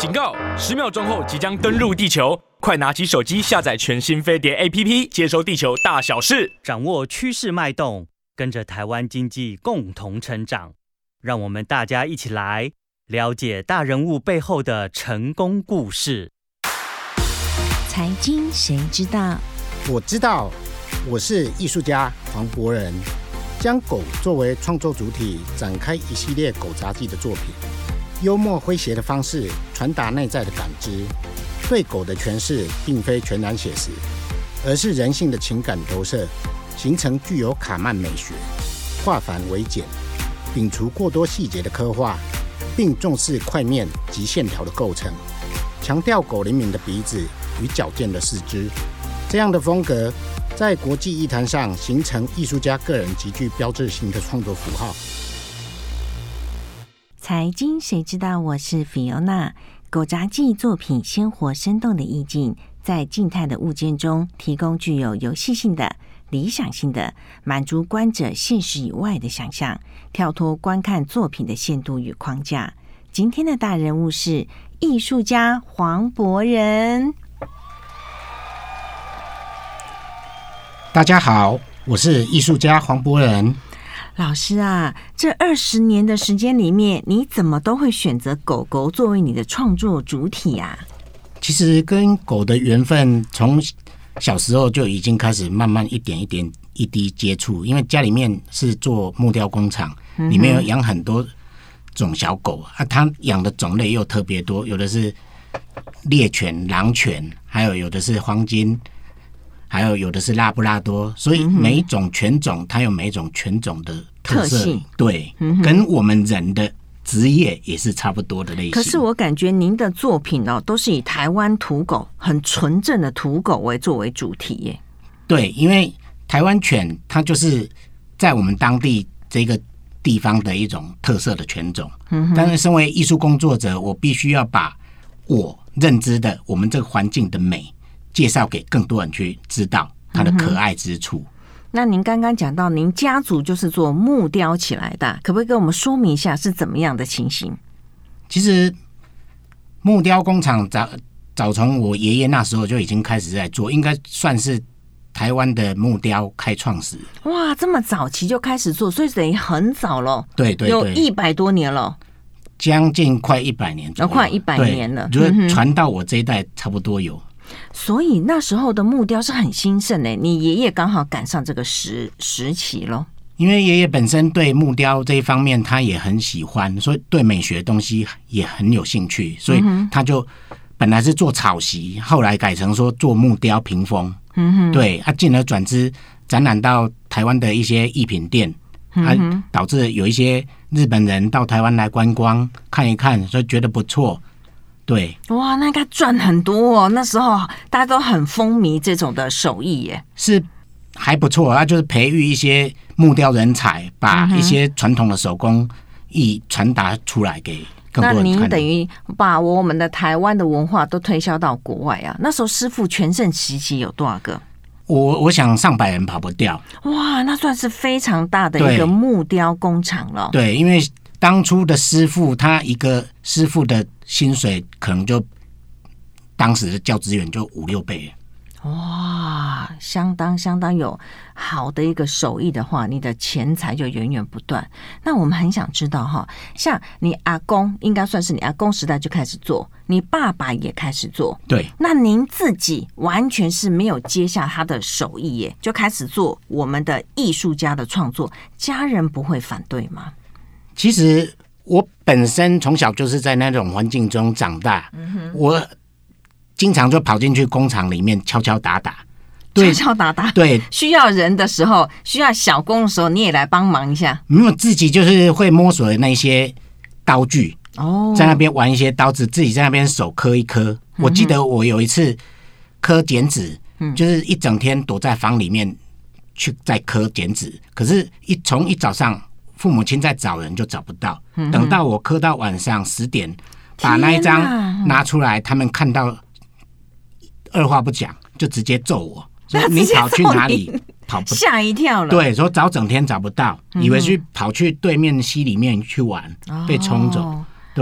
警告！10秒钟后即将登陆地球，快拿起手机下载全新飞碟 APP， 接收地球大小事， 掌握趋势脉动，跟着台湾经济共同成长。让我们大家一起来了解大人物背后的成功故事。 财经谁知道？ 我知道，我是艺术家黄博仁，将狗作为创作主体，展开一系列狗杂技的作品，幽默诙谐的方式传达内在的感知。对狗的诠释并非全然写实，而是人性的情感投射，形成具有卡曼美学，化繁为简，摒除过多细节的刻画，并重视块面及线条的构成，强调狗灵敏的鼻子与矫健的四肢。这样的风格在国际艺坛上形成艺术家个人极具标志性的创作符号。 财经谁知道？我是 Fiona。狗杂技作品鲜活生动的意境，在静态的物件中提供具有游戏性的、理想性的，满足观者现实以外的想象，跳脱观看作品的限度与框架。今天的大人物是艺术家黄博仁。 大家好，我是艺术家黄博仁。 老师啊，这20年的时间里面，你怎么都会选择狗狗作为你的创作主体啊？ 其实跟狗的缘分从小时候就已经开始慢慢一点一点一滴接触，因为家里面是做木雕工厂，里面有养很多种小狗啊，它养的种类又特别多，有的是猎犬、狼犬，还有的是黄金，还有的是拉布拉多，所以每一种犬种它有每一种犬种的特色，对，跟我们人的职业也是差不多的类型。 可是我感觉您的作品都是以台湾土狗，很纯正的土狗作为主题耶。 对，因为台湾犬它就是在我们当地这个地方的一种特色的犬种，但是身为艺术工作者，我必须要把我认知的我们这个环境的美介绍给更多人去知道它的可爱之处。 那您刚刚讲到您家族就是做木雕起来的，可不可以跟我们说明一下是怎么样的情形？ 其实木雕工厂早从我爷爷那时候就已经开始在做，应该算是台湾的木雕开创史。 哇，这么早期就开始做，所以等于很早了。 对对对， 有100多年了， 将近快100年左右， 快100年了， 就是传到我这一代差不多有。 所以那时候的木雕是很兴盛的，你爷爷刚好赶上这个时期咯。 因为爷爷本身对木雕这一方面他也很喜欢，所以对美学的东西也很有兴趣，所以他就本来是做草席，后来改成说做木雕屏风。对，进而转之展览到台湾的一些艺品店，导致有一些日本人到台湾来观光看一看，所以觉得不错。对， 哇，那应该赚很多哦。那时候大家都很风靡这种的手艺耶， 是还不错。他就是培育一些木雕人才，把一些传统的手工艺传达出来给更多人看。 那您等于把我们的台湾的文化都推销到国外啊？那时候师傅全盛时期有多少个？ 我想上百人跑不掉。 哇，那算是非常大的一个木雕工厂了。 对，因为当初的师傅，他一个师傅的薪水可能就当时的教资源就5-6倍。 哇，相当有好的一个手艺的话，你的钱财就源源不断。那我们很想知道哈，像你阿公应该算是你阿公时代就开始做，你爸爸也开始做， 对。 那您自己完全是没有接下他的手艺耶，就开始做我们的艺术家的创作，家人不会反对吗？ 其实我本身从小就是在那种环境中长大，我经常就跑进去工厂里面敲敲打打， 敲敲打打， 对， 需要人的时候，需要小工的时候，你也来帮忙一下。 没有，自己就是会摸索的那些刀具，在那边玩一些刀子，自己在那边手刻一刻。我记得我有一次刻剪纸，就是一整天躲在房里面去在刻剪纸，可是从一早上父母亲在找人就找不到，等到我刻到晚上10点，把那一张拿出来，他们看到二话不讲就直接揍我，说你跑去哪里？跑不， 吓一跳了。 对，说找整天找不到，以为跑去对面溪里面去玩，被冲走。对，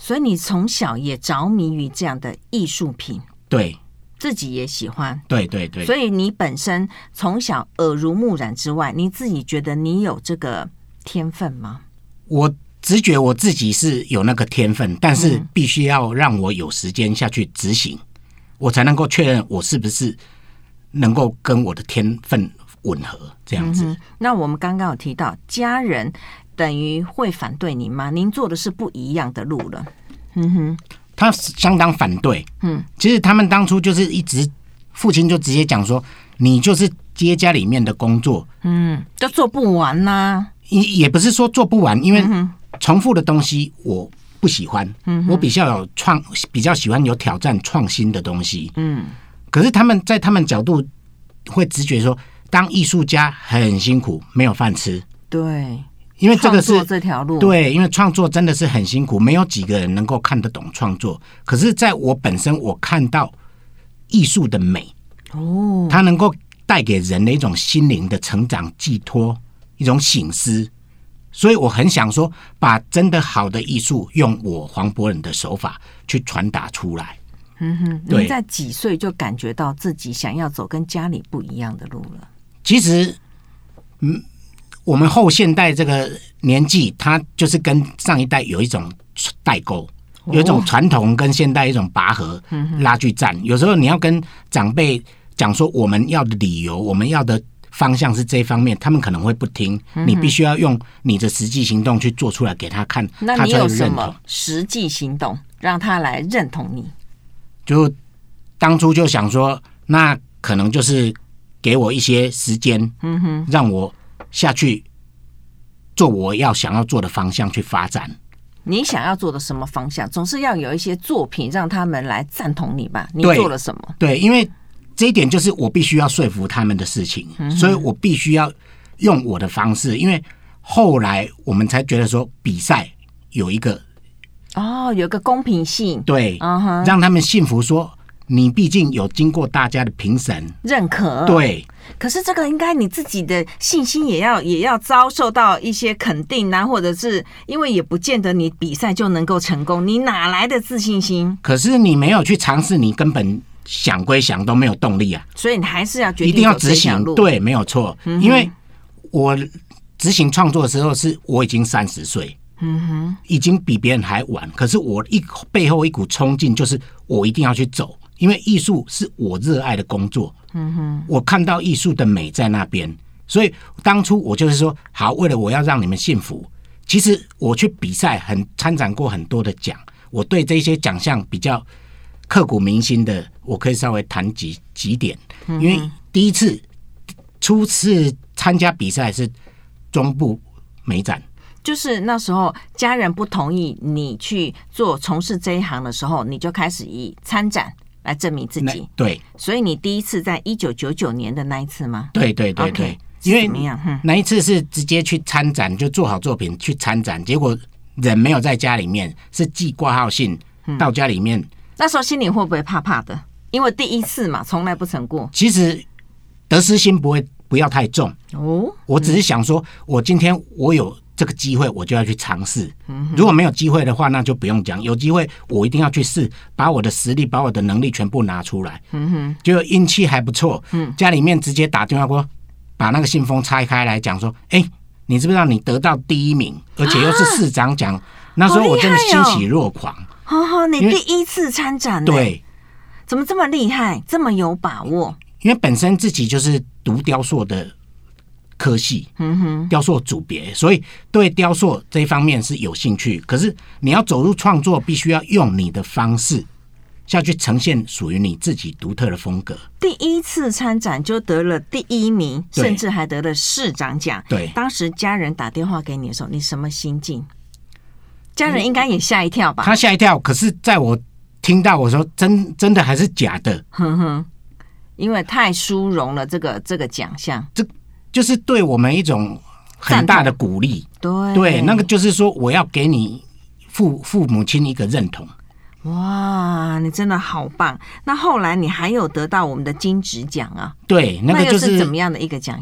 所以你从小也着迷于这样的艺术品， 对， 自己也喜欢， 对对对。 所以你本身从小耳濡目染之外，你自己觉得你有这个天分吗？ 我直觉我自己是有那个天分，但是必须要让我有时间下去执行，我才能够确认我是不是能够跟我的天分吻合这样子。 那我们刚刚有提到家人等于会反对您吗？您做的是不一样的路了。 他相当反对。其实他们当初就是一直，父亲就直接讲说，你就是接家里面的工作， 都做不完呐。 也不是说做不完，因为重复的东西我不喜欢，我比较喜欢有挑战、创新的东西。可是他们在他们角度会直觉说，当艺术家很辛苦，没有饭吃。 对， 因为这个是这条路， 对，因为创作真的是很辛苦，没有几个人能够看得懂创作。可是在我本身，我看到艺术的美，它能够带给人的一种心灵的成长、寄托，一种省思。所以我很想说，把真的好的艺术用我黄渤仁的手法去传达出来。 你在几岁就感觉到自己想要走跟家里不一样的路了？ 其实，我们后现代这个年纪，它就是跟上一代有一种代沟，有一种传统跟现代一种拔河、拉锯战。有时候你要跟长辈讲说我们要的理由，我们要的方向是这一方面，他们可能会不听。你必须要用你的实际行动去做出来给他看， 那你有什么实际行动让他来认同你？ 就当初就想说，那可能就是给我一些时间，让我下去做我想要做的方向去发展。 你想要做的什么方向，总是要有一些作品让他们来赞同你吧？你做了什么？ 对，因为这一点就是我必须要说服他们的事情，所以我必须要用我的方式。因为后来我们才觉得说，比赛有一个有个公平性， 对，让他们信服说，你毕竟有经过大家的评审认可， 对。 可是这个应该你自己的信心也要遭受到一些肯定啊，或者是因为也不见得你比赛就能够成功，你哪来的自信心？ 可是你没有去尝试，你根本想归想都没有动力啊。 所以你还是要决定一定要执行，对，没有错。因为我执行创作的时候是我已经30岁。已经比别人还晚，可是我背后一股冲劲，就是我一定要去走，因为艺术是我热爱的工作。我看到艺术的美在那边，所以当初我就是说，好，为了我要让你们幸福，其实我去比赛参展过很多的奖，我对这些奖项比较刻骨铭心的，我可以稍微谈几点。因为初次参加比赛是中部美展。 就是那时候家人不同意你去从事这一行的时候，你就开始以参展来证明自己。对，所以你第一次在1999年的那一次吗？ 对对对对，因为那一次是直接去参展，就做好作品去参展，结果人没有在家里面，是寄挂号信到家里面。 那时候心里会不会怕怕的？因为第一次嘛，从来不曾过。 其实得失心不要太重我只是想说，我今天我有这个机会，我就要去尝试。如果没有机会的话，那就不用讲。有机会，我一定要去试，把我的实力、把我的能力全部拿出来。就运气还不错。家里面直接打电话过，把那个信封拆开来讲说：“你知不知道你得到第1名，而且又是市长奖？”那时候我真的欣喜若狂。 你第一次参展，对，怎么这么厉害，这么有把握？ 因为本身自己就是读雕塑的科系，雕塑组别，所以对雕塑这一方面是有兴趣。可是你要走入创作，必须要用你的方式下去呈现属于你自己独特的风格。 第一次参展就得了第1名，甚至还得了市长奖。 对， 当时家人打电话给你的时候，你什么心境？家人应该也吓一跳吧？ 他吓一跳，可是在我听到我说真的还是假的， 因为太殊荣了，这个奖项， 这就是对我们一种很大的鼓励。对，那个就是说，我要给你父母亲一个认同。 哇，你真的好棒！那后来你还有得到我们的金质奖啊？ 对，那个就是怎么样的一个奖项？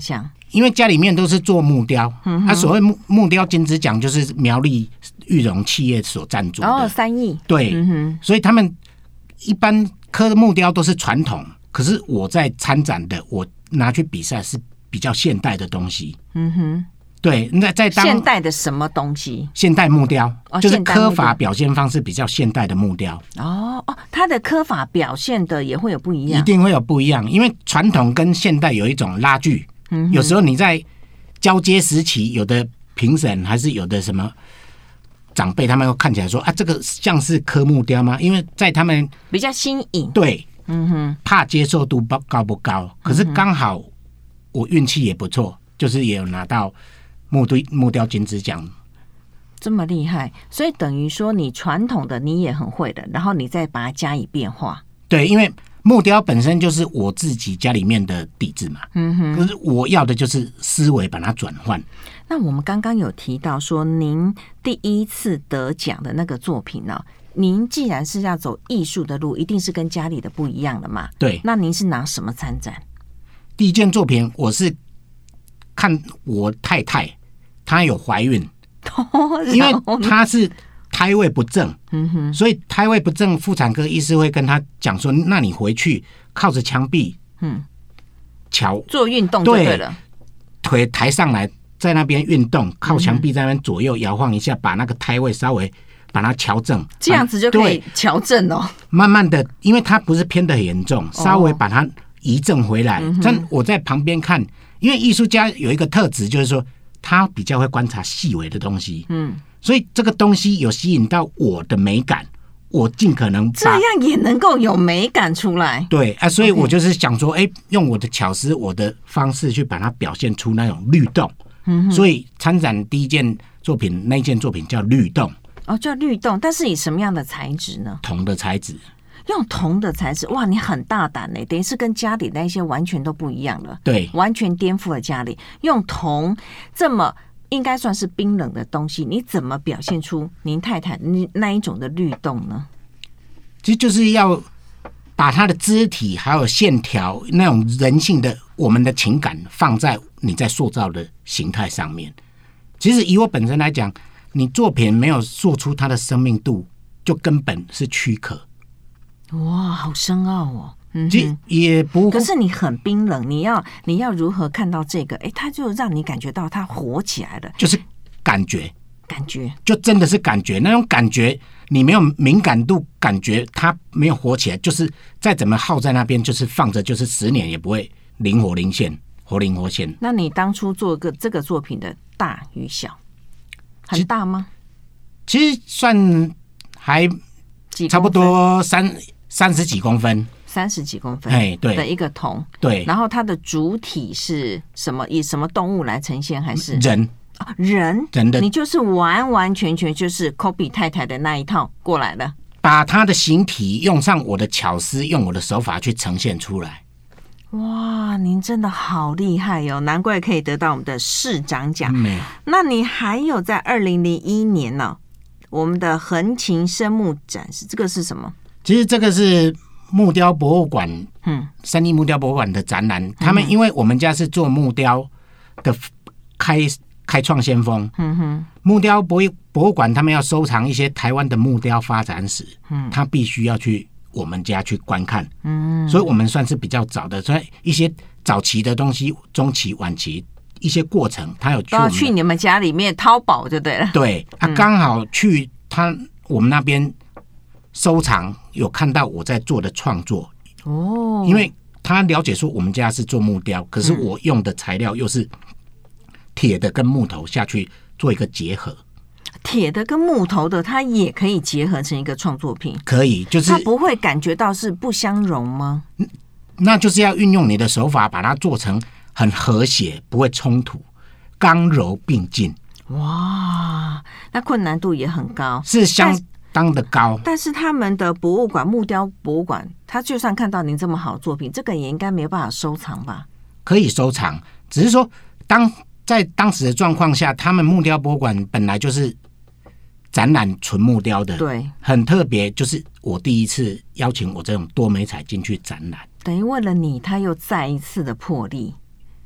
因为家里面都是做木雕，所谓木雕金质奖就是苗栗玉荣企业所赞助的 ，3亿， 对，所以他们一般刻木雕都是传统，可是我在参展的，我拿去比赛是比较现代的东西，对，那在当现代的什么东西？ 现代木雕，就是刻法表现方式比较现代的木雕。 它的刻法表现的也会有不一样， 一定会有不一样，因为传统跟现代有一种拉锯。有时候你在交接时期，有的评审还是有的什么长辈，他们会看起来说啊，这个像是刻木雕吗？因为在他们比较新颖， 对，怕接受度高不高？可是刚好我运气也不错，就是也有拿到木雕金质奖。 这么厉害，所以等于说你传统的你也很会的，然后你再把它加以变化。 对，因为木雕本身就是我自己家里面的底子嘛，可是我要的就是思维把它转换。 那我们刚刚有提到说，您第一次得奖的那个作品呢，您既然是要走艺术的路，一定是跟家里的不一样的嘛？ 对。 那您是拿什么参展？ 第一件作品我是看我太太，她有怀孕，因为她是胎位不正，所以胎位不正，妇产科医师会跟他讲说，那你回去靠着墙壁， 做运动就对了， 腿抬上来，在那边运动，靠墙壁在那边左右摇晃一下，把那个胎位稍微把它调正， 这样子就可以调正哦。 慢慢的，因为它不是偏得很严重，稍微把它移正回来。但我在旁边看，因为艺术家有一个特质，就是说他比较会观察细微的东西，所以这个东西有吸引到我的美感，我尽可能这样也能够有美感出来。 对啊，所以我就是想说，用我的巧思、我的方式去把它表现出那种律动。所以参展第一件作品，那一件作品叫律动。 叫律动，但是以什么样的材质呢？ 铜的材质。 用铜的材质，哇，你很大胆嘞，等于是跟家里那些完全都不一样了。 对， 完全颠覆了家里。用铜这么应该算是冰冷的东西，你怎么表现出您太太那一种的律动呢？ 其实就是要把她的肢体还有线条那种人性的我们的情感放在你在塑造的形态上面。其实以我本身来讲，你作品没有做出它的生命度，就根本是躯壳。 哇，好深奥哦。 也不， 可是你很冰冷，你要如何看到这个？它就让你感觉到它活起来了， 就是感觉，就真的是感觉，那种感觉你没有敏感度，感觉它没有活起来，就是再怎么耗在那边，就是放着，就是10年也不会灵活灵现，活灵活现。 那你当初做这个作品的大与小，很大吗？ 其实算还差不多30几公分 ，30几公分， 对的一个铜， 对。 然后它的主体是什么？以什么动物来呈现？还是人的？ 你就是完完全全就是 copy 太太的那一套过来了， 把他的形体用上我的巧思，用我的手法去呈现出来。 哇，您真的好厉害哦！难怪可以得到我们的市长奖。那你还有在2001年呢，我们的横琴生木展示，这个是什么？ 其实这个是木雕博物馆，三立木雕博物馆的展览。他们因为我们家是做木雕的开创先锋，木雕博物馆他们要收藏一些台湾的木雕发展史，他必须要去我们家去观看，所以我们算是比较早的，所以一些早期的东西、中期、晚期一些过程，他有去你们家里面淘宝就对了。 对，他刚好去我们那边收藏，有看到我在做的创作哦，因为他了解说我们家是做木雕，可是我用的材料又是铁的跟木头下去做一个结合。 铁的跟木头的，它也可以结合成一个创作品， 可以，就是它不会感觉到是不相容吗？ 那就是要运用你的手法，把它做成很和谐，不会冲突，刚柔并进。 哇，那困难度也很高， 是相当的高。但是他们的博物馆，木雕博物馆，他就算看到您这么好的作品，这个也应该没有办法收藏吧？ 可以收藏，只是说在当时的状况下，他们木雕博物馆本来就是展览纯木雕的， 对， 很特别。就是我第一次邀请我这种多媒材进去展览， 等于为了你，他又再一次的破例。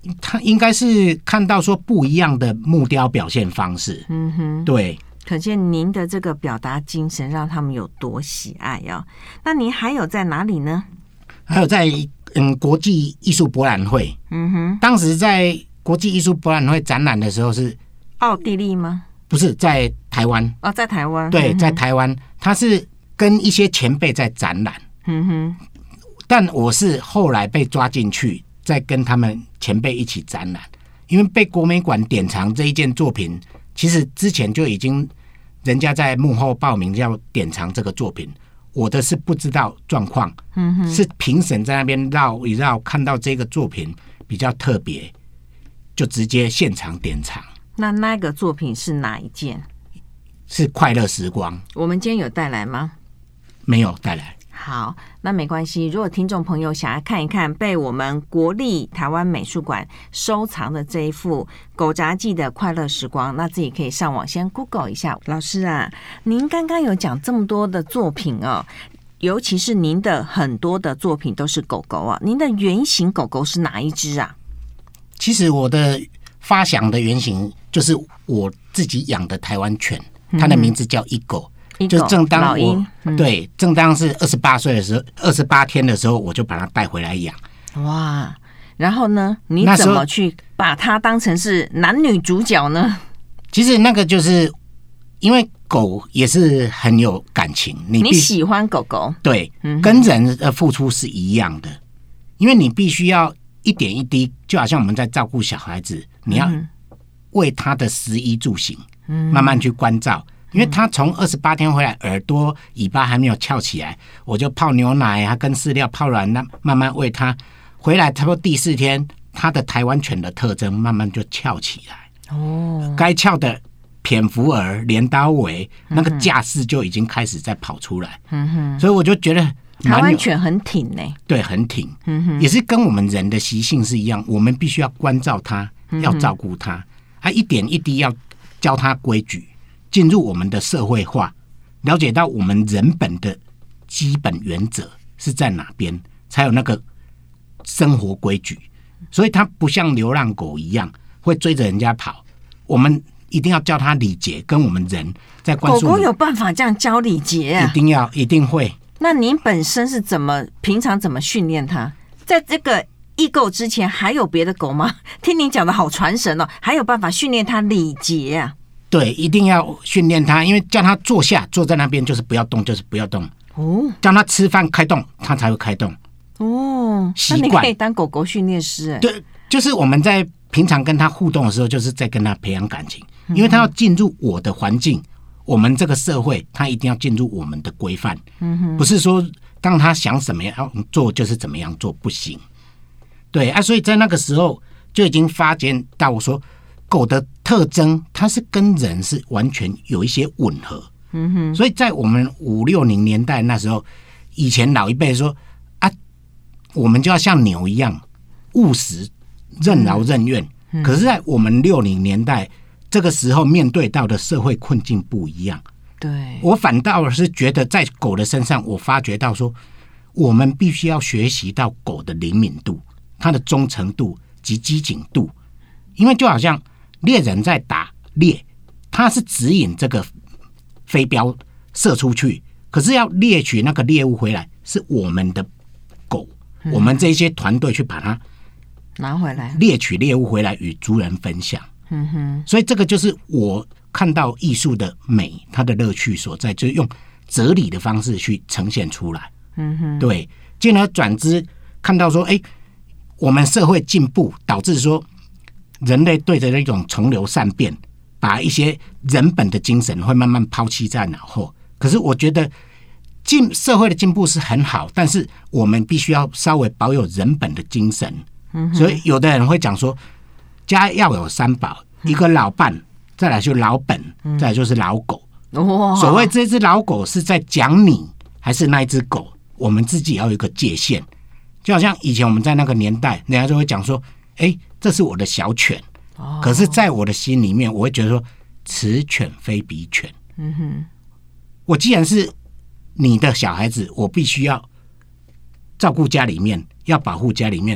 他应该是看到说不一样的木雕表现方式。对， 可见您的这个表达精神让他们有多喜爱哦。那您还有在哪里呢？ 还有在国际艺术博览会。当时在国际艺术博览会展览的时候是奥地利吗？ 不是，在台湾。 在台湾。 对，在台湾，他是跟一些前辈在展览。但我是后来被抓进去，再跟他们前辈一起展览，因为被国美馆典藏这一件作品，其实之前就已经人家在幕后报名要典藏这个作品，我的是不知道状况，是评审在那边绕一绕，看到这个作品比较特别，就直接现场典藏。 那个作品是哪一件？ 是快乐时光。 我们今天有带来吗？ 没有带来。 好，那没关系。如果听众朋友想要看一看被我们国立台湾美术馆收藏的这一幅狗杂技的快乐时光，那自己可以上网先 Google 一下。老师啊，您刚刚有讲这么多的作品哦，尤其是您的很多的作品都是狗狗啊，您的原型狗狗是哪一只啊？ 其实我的发想的原型就是我自己养的台湾犬，它的名字叫一狗。就正当我对正当是28岁的时候，28天的时候，我就把它带回来养。 哇！然后呢，你怎么去把它当成是男女主角呢？ 其实那个就是因为狗也是很有感情，你喜欢狗狗， 对，跟人的付出是一样的，因为你必须要一点一滴，就好像我们在照顾小孩子，你要为他的食衣住行，慢慢去关照。因为他从28天回来，耳朵、尾巴还没有翘起来，我就泡牛奶啊，跟饲料泡软，那慢慢喂他。回来差不多第4天，他的台湾犬的特征慢慢就翘起来。该翘的蝙蝠耳、镰刀尾，那个架势就已经开始在跑出来。所以我就觉得台湾犬很挺呢。 对，很挺。也是跟我们人的习性是一样，我们必须要关照它，要照顾它，一点一滴要教它规矩。进入我们的社会化，了解到我们人本的基本原则是在哪边，才有那个生活规矩。所以它不像流浪狗一样会追着人家跑，我们一定要教它礼节，跟我们人在灌输。 狗狗有办法这样教礼节啊？ 一定会。 那您本身是平常怎么训练它？在这个异狗之前还有别的狗吗？听你讲的好传神哦，还有办法训练它礼节啊？对， 一定要训练他，因为叫他坐下，坐在那边就是不要动，就是不要动。叫他吃饭开动，他才会开动。习惯。那你可以当狗狗训练师。对，就是我们在平常跟他互动的时候，就是在跟他培养感情，因为他要进入我的环境，我们这个社会，他一定要进入我们的规范。不是说当他想怎么样做就是怎么样做，不行。对啊，所以在那个时候就已经发现到我说。狗的特征，它是跟人是完全有一些吻合。所以在我们50、60年代那时候，以前老一辈说啊，我们就要像牛一样务实、任劳任怨。可是，在我们60年代这个时候面对到的社会困境不一样。对，我反倒是觉得在狗的身上，我发觉到说，我们必须要学习到狗的灵敏度、它的忠诚度及机警度，因为就好像。猎人在打猎，他是指引这个飞镖射出去，可是要猎取那个猎物回来，是我们的狗，我们这些团队去把它拿回来，猎取猎物回来与族人分享。所以这个就是我看到艺术的美，它的乐趣所在，就是用哲理的方式去呈现出来。对，进而转之看到说，我们社会进步导致说。人类对着那种从流善变，把一些人本的精神会慢慢抛弃在脑后。可是我觉得社会的进步是很好，但是我们必须要稍微保有人本的精神。所以有的人会讲说，家要有3宝，一个老伴，再来就是老本，再来就是老狗。所谓这只老狗是在讲你，还是那一只狗？我们自己要有一个界限。就好像以前我们在那个年代，人家就会讲说，这是我的小犬，可是在我的心里面，我会觉得说，此犬非彼犬。我既然是你的小孩子，我必须要照顾家里面，要保护家里面，何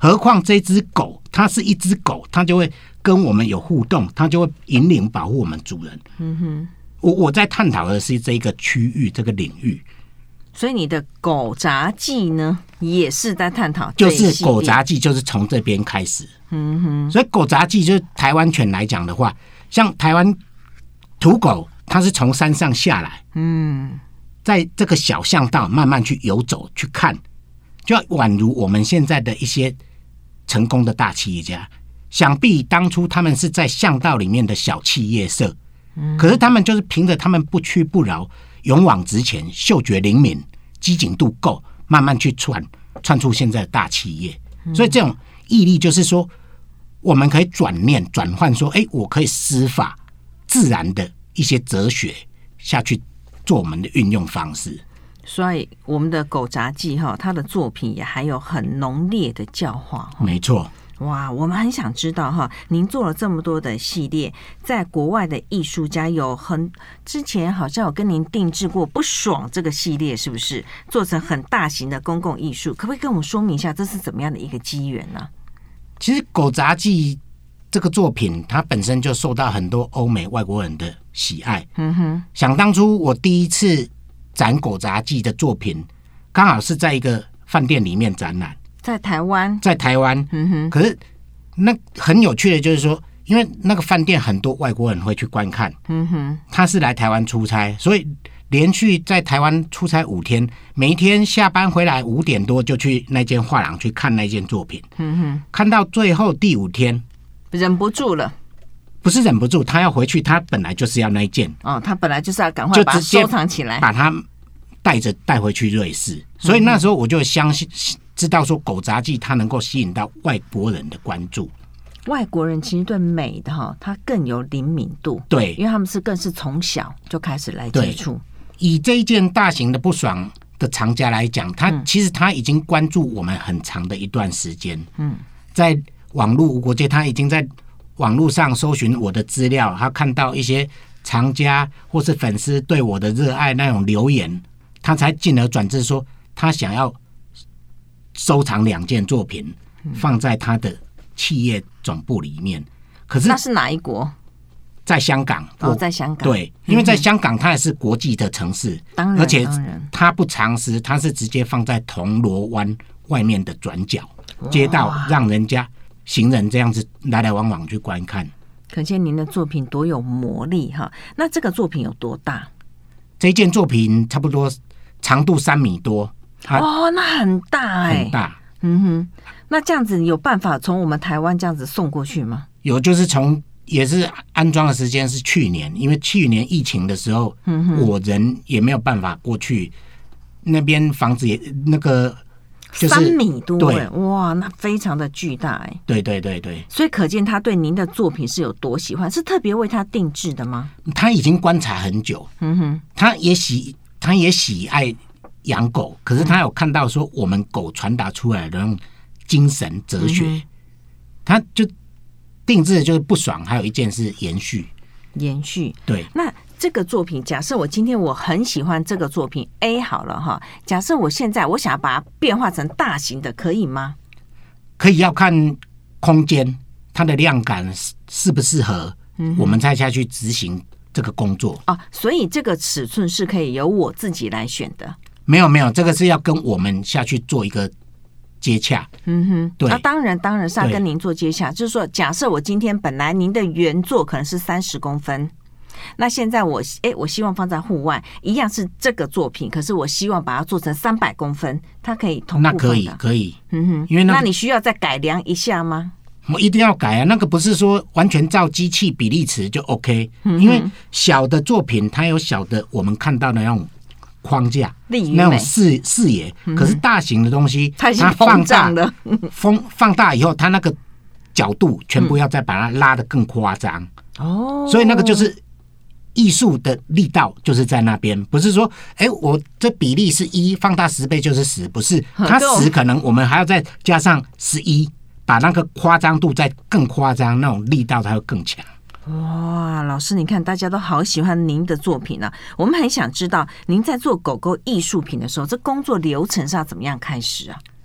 何况这只狗，它是一只狗，它就会跟我们有互动，它就会引领保护我们主人。我在探讨的是这个区域这个领域。 所以你的狗杂技呢，也是在探讨， 就是狗杂技就是从这边开始。所以狗杂技就是台湾犬来讲的话，像台湾土狗，它是从山上下来，在这个小巷道慢慢去游走去看，就宛如我们现在的一些成功的大企业家，想必当初他们是在巷道里面的小企业社，可是他们就是凭着他们不屈不挠、勇往直前、嗅觉灵敏、机警度够，慢慢去串出现在的大企业。所以这种毅力就是说，我们可以转念转换说，我可以施法自然的一些哲学下去做我们的运用方式。 所以我们的狗杂技他的作品也还有很浓烈的教化。 没错。 哇，我们很想知道您做了这么多的系列，在国外的艺术家之前好像有跟您定制过不爽这个系列，是不是做成很大型的公共艺术？可不可以跟我们说明一下这是怎么样的一个机缘呢？ 其实狗杂技这个作品它本身就受到很多欧美外国人的喜爱。想当初我第一次展狗杂技的作品，刚好是在一个饭店里面展览，在台湾。可是那很有趣的就是说，因为那个饭店很多外国人会去观看。他是来台湾出差，所以连续在台湾出差5天，每一天下班回来5点多就去那间画廊去看那件作品。看到最后第5天忍不住了。 不是忍不住，他要回去，他本来就是要那一件。 他本来就是要赶快把它收藏起来， 把它带回去瑞士。所以那时候我就相信知道说狗杂技它能够吸引到外国人的关注。 外国人其实对美的它更有灵敏度。对，因为他们更是从小就开始来接触。 以这一件大型的不爽的藏家来讲，其实他已经关注我们很长的一段时间。在网络无国界，他已经在网络上搜寻我的资料，他看到一些藏家或是粉丝对我的热爱那种留言，他才进而转至说他想要收藏2件作品，放在他的企业总部里面。可是那是哪一国？ 在香港。 在香港。 对，因为在香港它也是国际的城市，而且它不藏私，它是直接放在铜锣湾外面的转角街道，让人家行人这样子来来往往去观看。 可见您的作品多有魔力哈！那这个作品有多大？ 这件作品差不多长度3米多。 那很大很大。 那这样子有办法从我们台湾这样子送过去吗？ 有，就是也是安装的时间是去年，因为去年疫情的时候，我人也没有办法过去，那边房子也那个。就是 3米多，对，哇，那非常的巨大。 对， 所以可见他对您的作品是有多喜欢，是特别为他定制的吗？ 他已经观察很久，他也喜爱养狗，可是他有看到说我们狗传达出来的那种精神哲学，他就定制的就是不爽，还有一件是延续。对， 那这个作品，假设我今天我很喜欢这个作品 A 好了哈，假设我现在我想要把它变化成大型的，可以吗？ 可以，要看空间它的量感适不适合，我们再下去执行这个工作。 所以这个尺寸是可以由我自己来选的？ 没有，这个是要跟我们下去做一个接洽。 对，当然是要跟您做接洽，就是说，假设我今天本来您的原作可能是30公分，那现在我希望放在户外，一样是这个作品，可是我希望把它做成300公分，它可以同步放的？ 那可以，因为那你需要再改良一下吗？ 我一定要改啊，那个不是说完全照机器比例尺就 OK，因为小的作品它有小的我们看到的那种框架，那种视野，可是大型的东西它放大了， 放大以后，它那个角度全部要再把它拉得更夸张。所以那个就是艺术的力道，就是在那边，不是说我这比例是1，放大10倍就是10，不是，它10可能我们还要再加上11，把那个夸张度再更夸张，那种力道才会更强。 哇，老师，你看大家都好喜欢您的作品啊！我们很想知道您在做狗狗艺术品的时候，这工作流程是要怎么样开始啊？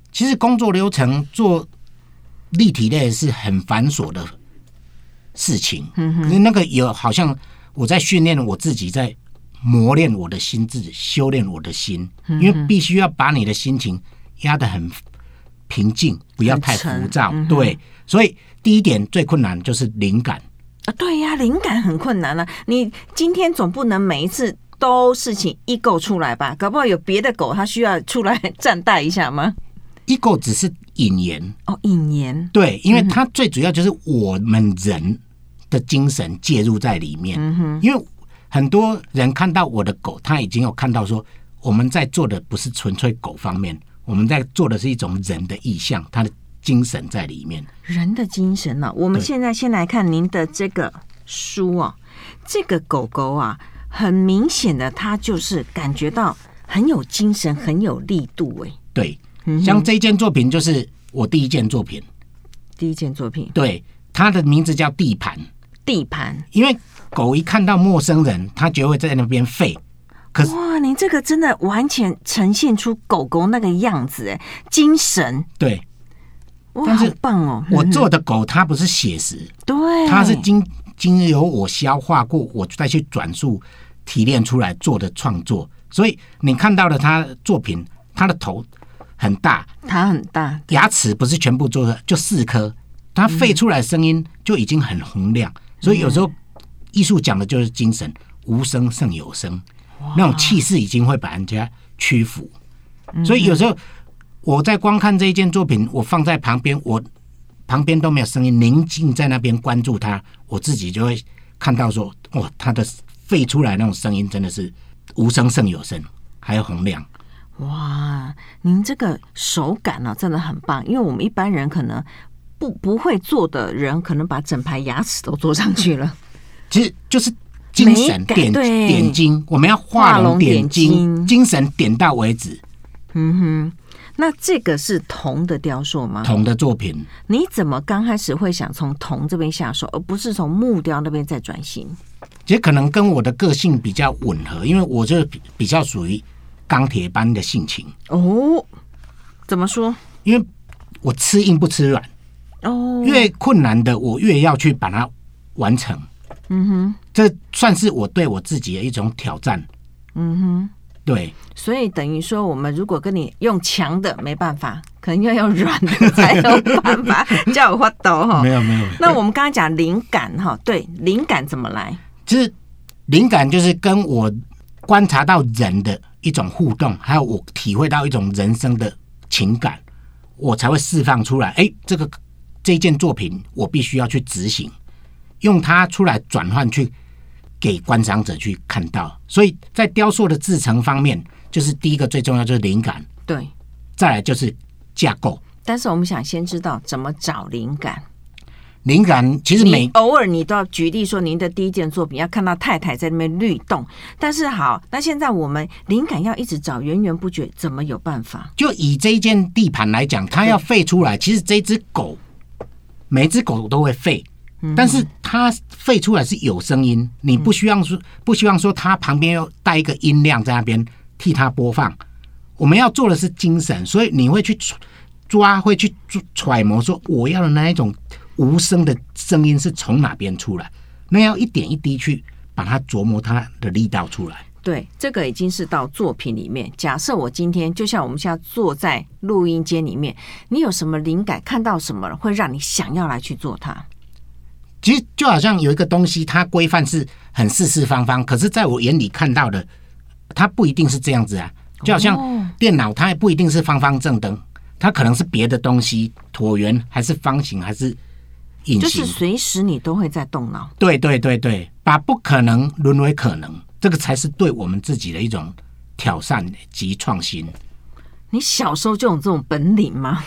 其实工作流程做立体类是很繁琐的事情，可是那个有好像我在训练我自己，在磨练我的心智，修炼我的心，因为必须要把你的心情压得很平静，不要太浮躁。对，所以第一点最困难就是灵感。 对呀，灵感很困难啊！你今天总不能每一次都事情一狗出来吧？搞不好有别的狗，它需要出来站带一下吗？ 一狗只是引言哦，引言。 对，因为它最主要就是我们人的精神介入在里面。因为很多人看到我的狗，他已经有看到说，我们在做的不是纯粹狗方面，我们在做的是一种人的意象，他的精神在里面。人的精神啊！我们现在先来看您的这个书啊，这个狗狗啊，很明显的，它就是感觉到很有精神，很有力度。对，像这一件作品就是我第一件作品。第一件作品，对，它的名字叫地盘。地盘，因为狗一看到陌生人，它就会在那边吠。可是哇，你这个真的完全呈现出狗狗那个样子，精神。对。哇，好棒哦！我做的狗它不是写实，对，它是经由我消化过，我再去转述提炼出来做的创作。所以你看到的它作品，它的头很大，它很大，牙齿不是全部做的，就4颗，它吠出来的声音就已经很洪亮。所以有时候艺术讲的就是精神，无声胜有声，那种气势已经会把人家屈服。所以有时候我在观看这一件作品，我放在旁边，我旁边都没有声音，宁静在那边关注它，我自己就会看到说，哇，它的吠出来那种声音真的是无声胜有声，还有洪亮。哇，您这个手感啊，真的很棒，因为我们一般人可能不会做的人，可能把整排牙齿都做上去了。其实就是精神点睛，我们要画龙点睛，精神点到为止。那这个是铜的雕塑吗？铜的作品。你怎么刚开始会想从铜这边下手，而不是从木雕那边再转型？其实可能跟我的个性比较吻合，因为我就比较属于钢铁般的性情。哦，怎么说？因为我吃硬不吃软。哦，越困难的我越要去把它完成。这算是我对我自己的一种挑战。对，所以等于说，我们如果跟你用强的没办法，可能要用软的才有办法，叫我发抖哈。没有。那我们刚才讲灵感哈，对，灵感怎么来？其实灵感就是跟我观察到人的一种互动，还有我体会到一种人生的情感，我才会释放出来。这件作品我必须要去执行，用它出来转换去给观赏者去看到。所以在雕塑的制成方面，就是第一个最重要就是灵感，对，再来就是架构。但是我们想先知道怎么找灵感。灵感其实偶尔你都要举例说，您的第一件作品要看到太太在那边律动，但是好，那现在我们灵感要一直找，源源不绝，怎么有办法？就以这一件地盘来讲，它要吠出来，其实这只狗，每一只狗都会吠。但是它吠出来是有声音，你不希望说它旁边又带一个音量在那边替它播放。我们要做的是精神，所以你会去抓，会去揣摩说我要的那一种无声的声音是从哪边出来，那要一点一滴去把它琢磨它的力道出来。对，这个已经是到作品里面。假设我今天就像我们现在坐在录音间里面，你有什么灵感，看到什么会让你想要来去做它？其实就好像有一个东西，它规范是很四四方方，可是在我眼里看到的，它不一定是这样子啊。就好像电脑，它也不一定是方方正正，它可能是别的东西，椭圆还是方形还是隐形，就是随时你都会在动脑。对，把不可能沦为可能，这个才是对我们自己的一种挑战及创新。你小时候就有这种本领吗？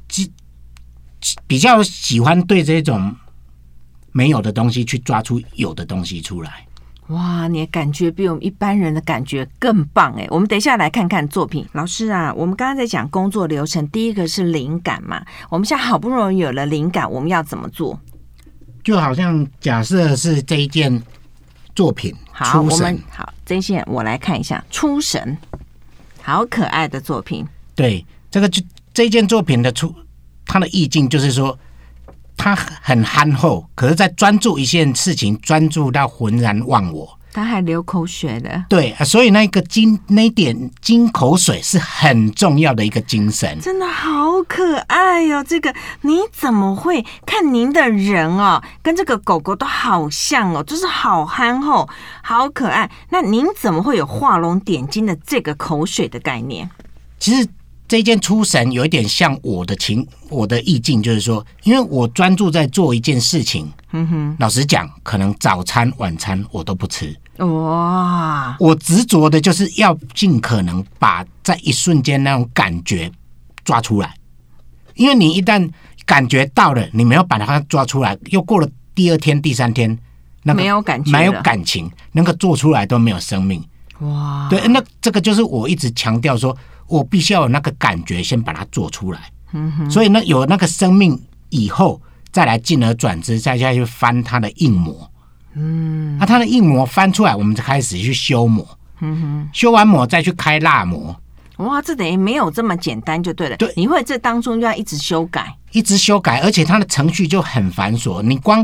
比较喜欢对这种没有的东西去抓出有的东西出来。哇，你的感觉比我们一般人的感觉更棒哎！我们等一下来看看作品。老师啊，我们刚刚在讲工作流程，第一个是灵感嘛。我们现在好不容易有了灵感，我们要怎么做？就好像假设是这一件作品，好，我们好，这一件我来看一下，出神，好可爱的作品。对，这个这件作品的它的意境就是说，他很憨厚，可是在专注一件事情，专注到浑然忘我。 他还流口水了， 对，所以那点金口水是很重要的一个精神， 真的好可爱哦！这个你怎么会看您的人哦，跟这个狗狗都好像哦，就是好憨厚，好可爱。那您怎么会有画龙点睛的这个口水的概念？ 其实这件出神有一点像我的意境，就是说，因为我专注在做一件事情，老实讲，可能早餐、晚餐我都不吃。 哇！ 我执着的就是要尽可能把在一瞬间那种感觉抓出来，因为你一旦感觉到了，你没有把它抓出来，又过了第二天、第三天，那个没有感觉， 没有感情，那个做出来都没有生命。 哇！ 对，那这个就是我一直强调说，我必须要有那个感觉，先把它做出来。所以呢，有那个生命以后，再来进而转之，再下去翻它的硬膜。那它的硬膜翻出来，我们就开始去修膜。修完膜再去开蜡膜。 哇，这等于没有这么简单就对了。 对， 你会这当中就要一直修改， 而且它的程序就很繁琐。你光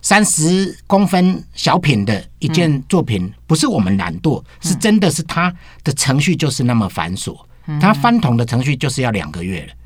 30公分小品的一件作品，不是我们懒惰，是真的是它的程序就是那么繁琐。它翻桶的程序就是要2个月了。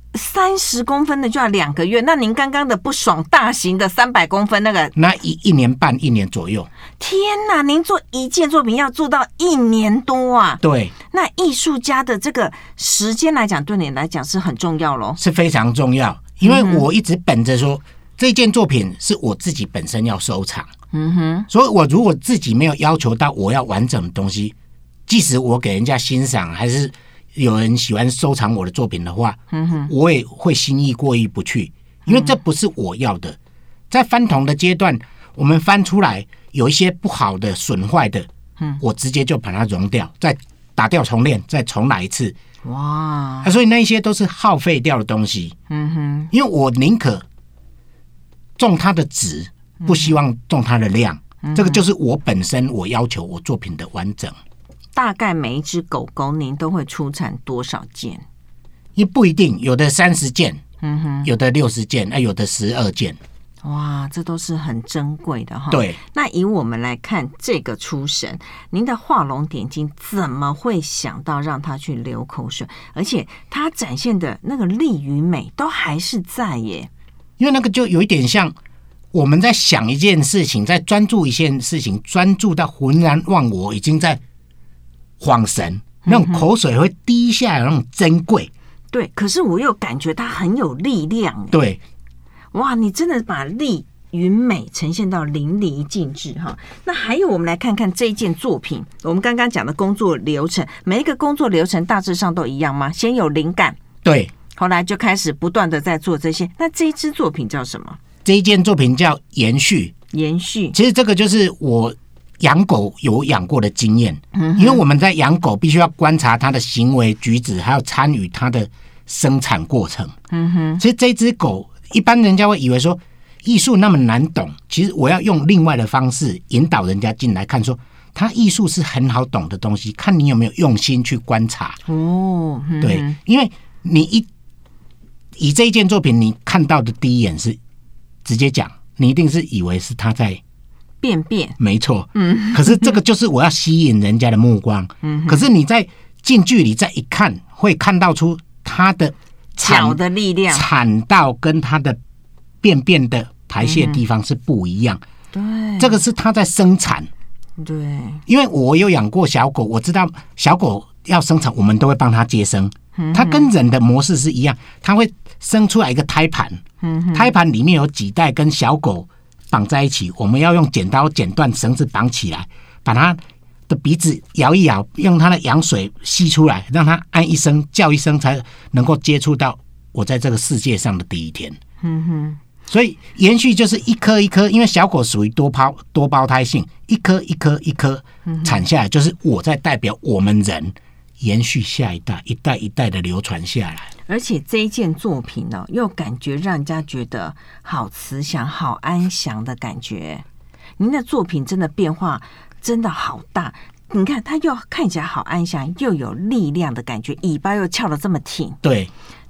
30公分的就要2个月，那您刚刚的不爽大型的300公分那个， 那1年半1年左右。 天哪，您做一件作品要做到1年多啊？ 对， 那艺术家的这个时间来讲，对你来讲是很重要咯， 是非常重要。因为我一直本着说，这件作品是我自己本身要收藏。所以我如果自己没有要求到我要完整的东西，即使我给人家欣赏，还是有人喜欢收藏我的作品的话，我也会心意过意不去，因为这不是我要的。在翻桶的阶段，我们翻出来有一些不好的、损坏的，我直接就把它熔掉，再打掉重练，再重来一次。哇！所以那一些都是耗费掉的东西。因为我宁可重它的质，不希望重它的量。这个就是我本身我要求我作品的完整。 大概每一只狗狗您都会出产多少件？ 也不一定，有的30件，有的60件，有的12件。 哇，这都是很珍贵的哈。 对， 那以我们来看这个出神，您的画龙点睛，怎么会想到让他去流口水？而且他展现的那个力与美都还是在耶。 因为那个就有一点像我们在想一件事情，在专注一件事情，专注到浑然忘我，已经在恍神，那种口水会滴下来，那种珍贵。 对，可是我又感觉它很有力量。 对。 哇，你真的把力与美呈现到淋漓尽致哈。那还有，我们来看看这一件作品，我们刚刚讲的工作流程，每一个工作流程大致上都一样吗？先有灵感， 对， 后来就开始不断的在做这些。那这一支作品叫什么？ 这一件作品叫延续。 其实这个就是我养狗有养过的经验，因为我们在养狗必须要观察它的行为举止，还要参与它的生产过程。其实这只狗，一般人家会以为说艺术那么难懂，其实我要用另外的方式引导人家进来看，说它艺术是很好懂的东西，看你有没有用心去观察。对，因为你以这一件作品，你看到的第一眼是直接讲，你一定是以为是他在便， 没错。可是这个就是我要吸引人家的目光。可是你在近距离再一看，会看到出他的脚的力量， 产道跟它的便便的排泄地方是不一样。 对， 这个是它在生产。 对， 因为我有养过小狗，我知道小狗要生产，我们都会帮它接生。它跟人的模式是一样，它会生出来一个胎盘，胎盘里面有几袋跟小狗绑在一起，我们要用剪刀剪断绳子绑起来，把它的鼻子摇一摇，用它的羊水吸出来，让它按一声叫一声，才能够接触到我在这个世界上的第一天。所以延续就是一颗一颗，因为小狗属于多胞胎性，一颗一颗一颗产下来，就是我在代表我们人延续下一代，一代一代的流传下来。 而且这一件作品呢，又感觉让人家觉得好慈祥、好安详的感觉。您的作品真的变化真的好大，你看它又看起来好安详，又有力量的感觉，尾巴又翘得这么挺。 对，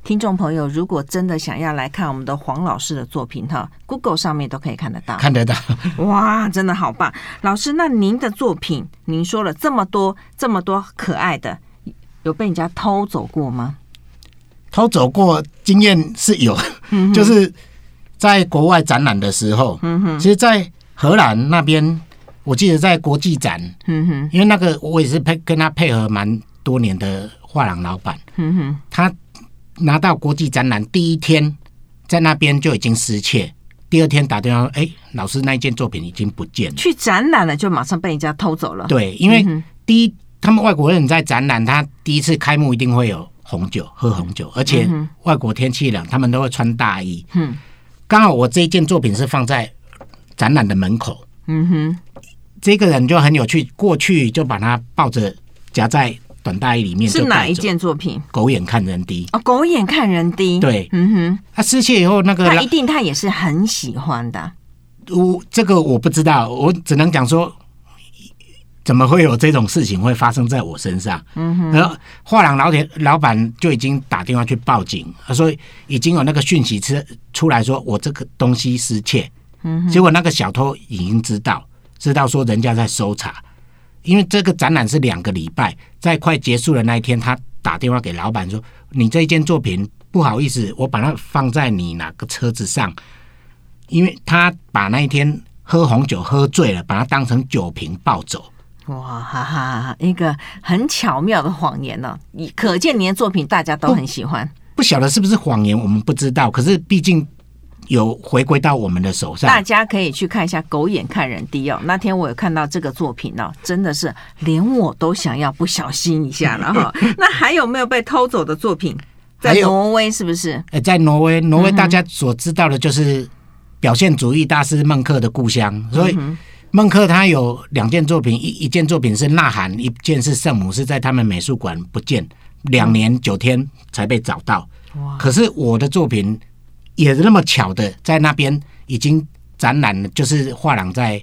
听众朋友如果真的想要来看我们的黄老师的作品哈 ，Google 上面都可以看得到。 看得到。 哇，真的好棒！老师，那您的作品，您说了这么多可爱的，有被人家偷走过吗？ 偷走过经验是有，就是在国外展览的时候，其实，在荷兰那边，我记得在国际展，因为那个我也是跟他配合蛮多年的画廊老板，他拿到国际展览第一天，在那边就已经失窃，第二天打电话，老师那一件作品已经不见了。去展览了就马上被人家偷走了。 对，因为第一，他们外国人在展览，他第一次开幕一定会有红酒，喝红酒，而且外国天气冷，他们都会穿大衣。刚好我这一件作品是放在展览的门口。这个人就很有趣，过去就把它抱着夹在短大衣里面。 是哪一件作品？ 狗眼看人低。 哦，狗眼看人低。 对，他失窃以后，那个他也是很喜欢的。 这个我不知道，我只能讲说，怎么会有这种事情会发生在我身上？然后画廊老板就已经打电话去报警，所以已经有那个讯息出来说我这个东西失窃。结果那个小偷已经知道说人家在搜查。因为这个展览是2个礼拜，在快结束的那一天，他打电话给老板说：“你这一件作品不好意思，我把它放在你哪个车子上。”因为他把那一天喝红酒喝醉了，把它当成酒瓶抱走。 哇哈哈，一个很巧妙的谎言呢！可见你的作品大家都很喜欢。 不晓得是不是谎言，我们不知道。可是毕竟有回归到我们的手上， 大家可以去看一下《狗眼看人低》哦。那天我有看到这个作品哦，真的是连我都想要不小心一下了哈。那还有没有被偷走的作品？在挪威是不是？ 在挪威大家所知道的就是表现主义大师孟克的故乡，所以孟克他有2件作品，一件作品是《呐喊》，一件是《圣母》，是在他们美术馆不见，2年9天才被找到。可是我的作品也是那么巧的，在那边已经展览了，就是画廊在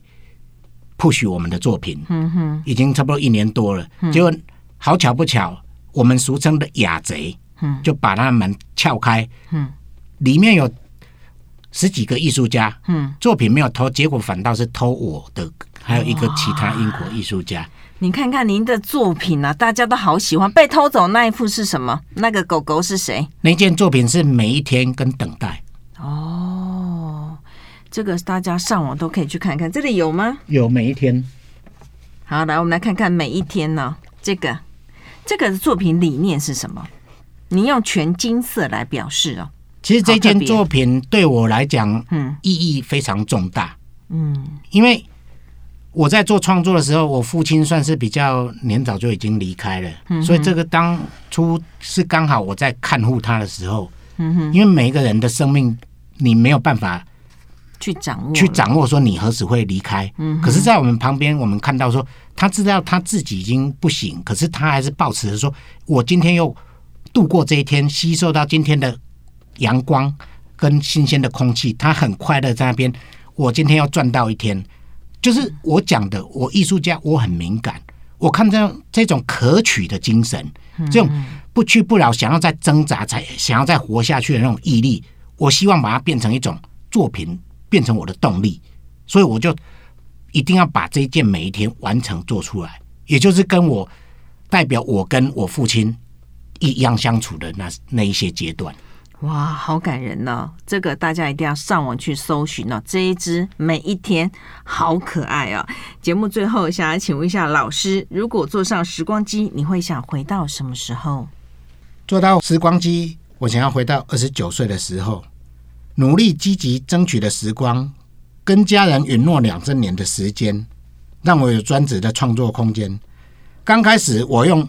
push 我们的作品，已经差不多1年多了。结果好巧不巧，我们俗称的雅贼，就把那门撬开，里面有10几个艺术家，作品没有偷，结果反倒是偷我的，还有一个其他英国艺术家。 你看看您的作品啊，大家都好喜欢。被偷走那一幅是什么？那个狗狗是谁？ 那件作品是每一天跟等待。 哦，这个大家上网都可以去看看，这里有吗？ 有，每一天。 好，来我们来看看每一天呢。这个作品理念是什么？你用全金色来表示哦。 其实这件作品对我来讲，意义非常重大。因为我在做创作的时候，我父亲算是比较年早就已经离开了，所以这个当初是刚好我在看护他的时候，因为每一个人的生命你没有办法去掌握说你何时会离开。可是在我们旁边，我们看到说他知道他自己已经不行，可是他还是抱持着说我今天又度过这一天，吸收到今天的阳光跟新鲜的空气，他很快乐在那边，我今天要赚到一天。就是我讲的，我艺术家我很敏感，我看到这种可取的精神，这种不屈不挠想要再挣扎想要再活下去的那种毅力，我希望把它变成一种作品，变成我的动力，所以我就一定要把这一件每一天完成做出来，也就是跟我代表我跟我父亲一样相处的那一些阶段。 哇，好感人哦！这个大家一定要上网去搜寻哦。这一支每一天好可爱哦。节目最后想要请问一下老师，如果坐上时光机，你会想回到什么时候？ 坐到时光机，我想要回到29岁的时候，努力积极争取的时光，跟家人允诺2周年的时间，让我有专职的创作空间。刚开始我用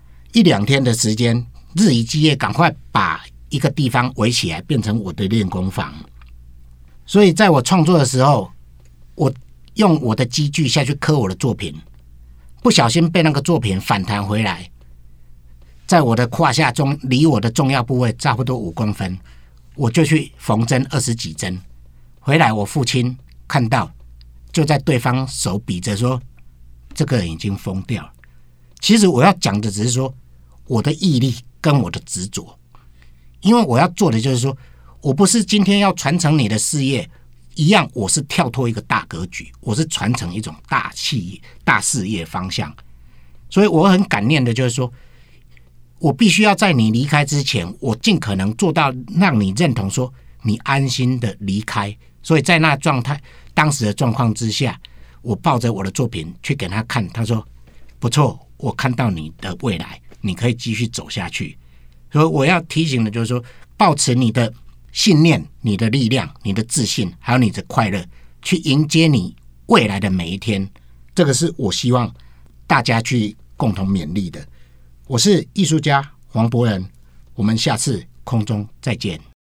1-2天的时间，日以继夜，赶快把一个地方围起来，变成我的练功房。所以在我创作的时候，我用我的机具下去刻我的作品，不小心被那个作品反弹回来，在我的胯下中，离我的重要部位差不多5公分，我就去缝针20几针。回来我父亲看到，就在对方手比着说，这个人已经疯掉了。其实我要讲的只是说，我的毅力跟我的执着。 因为我要做的就是说，我不是今天要传承你的事业一样，我是跳脱一个大格局，我是传承一种大企业、大事业方向。所以我很感念的就是说，我必须要在你离开之前，我尽可能做到让你认同说你安心的离开。所以在那当时的状况之下，我抱着我的作品去给他看，他说不错，我看到你的未来，你可以继续走下去。所以我要提醒的就是说，抱持你的信念、你的力量、你的自信，还有你的快乐，去迎接你未来的每一天。这个是我希望大家去共同勉励的。我是艺术家黄博仁，我们下次空中再见。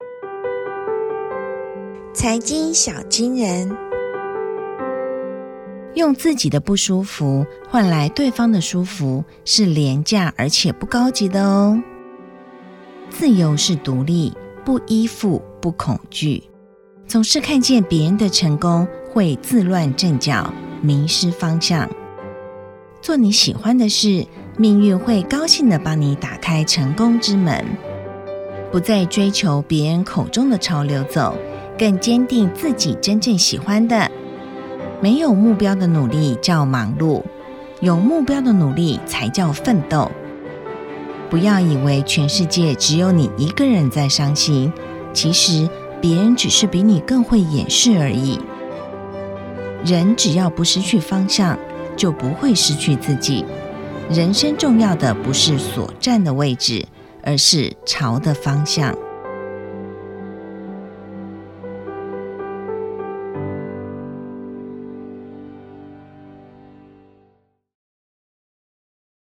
财经小金人，用自己的不舒服换来对方的舒服，是廉价而且不高级的哦。自由是独立，不依附，不恐惧。总是看见别人的成功，会自乱阵脚，迷失方向。做你喜欢的事，命运会高兴地帮你打开成功之门。不再追求别人口中的潮流走，更坚定自己真正喜欢的。没有目标的努力叫忙碌，有目标的努力才叫奋斗。不要以为全世界只有你一个人在伤心，其实别人只是比你更会掩饰而已。人只要不失去方向，就不会失去自己。人生重要的不是所站的位置，而是朝的方向。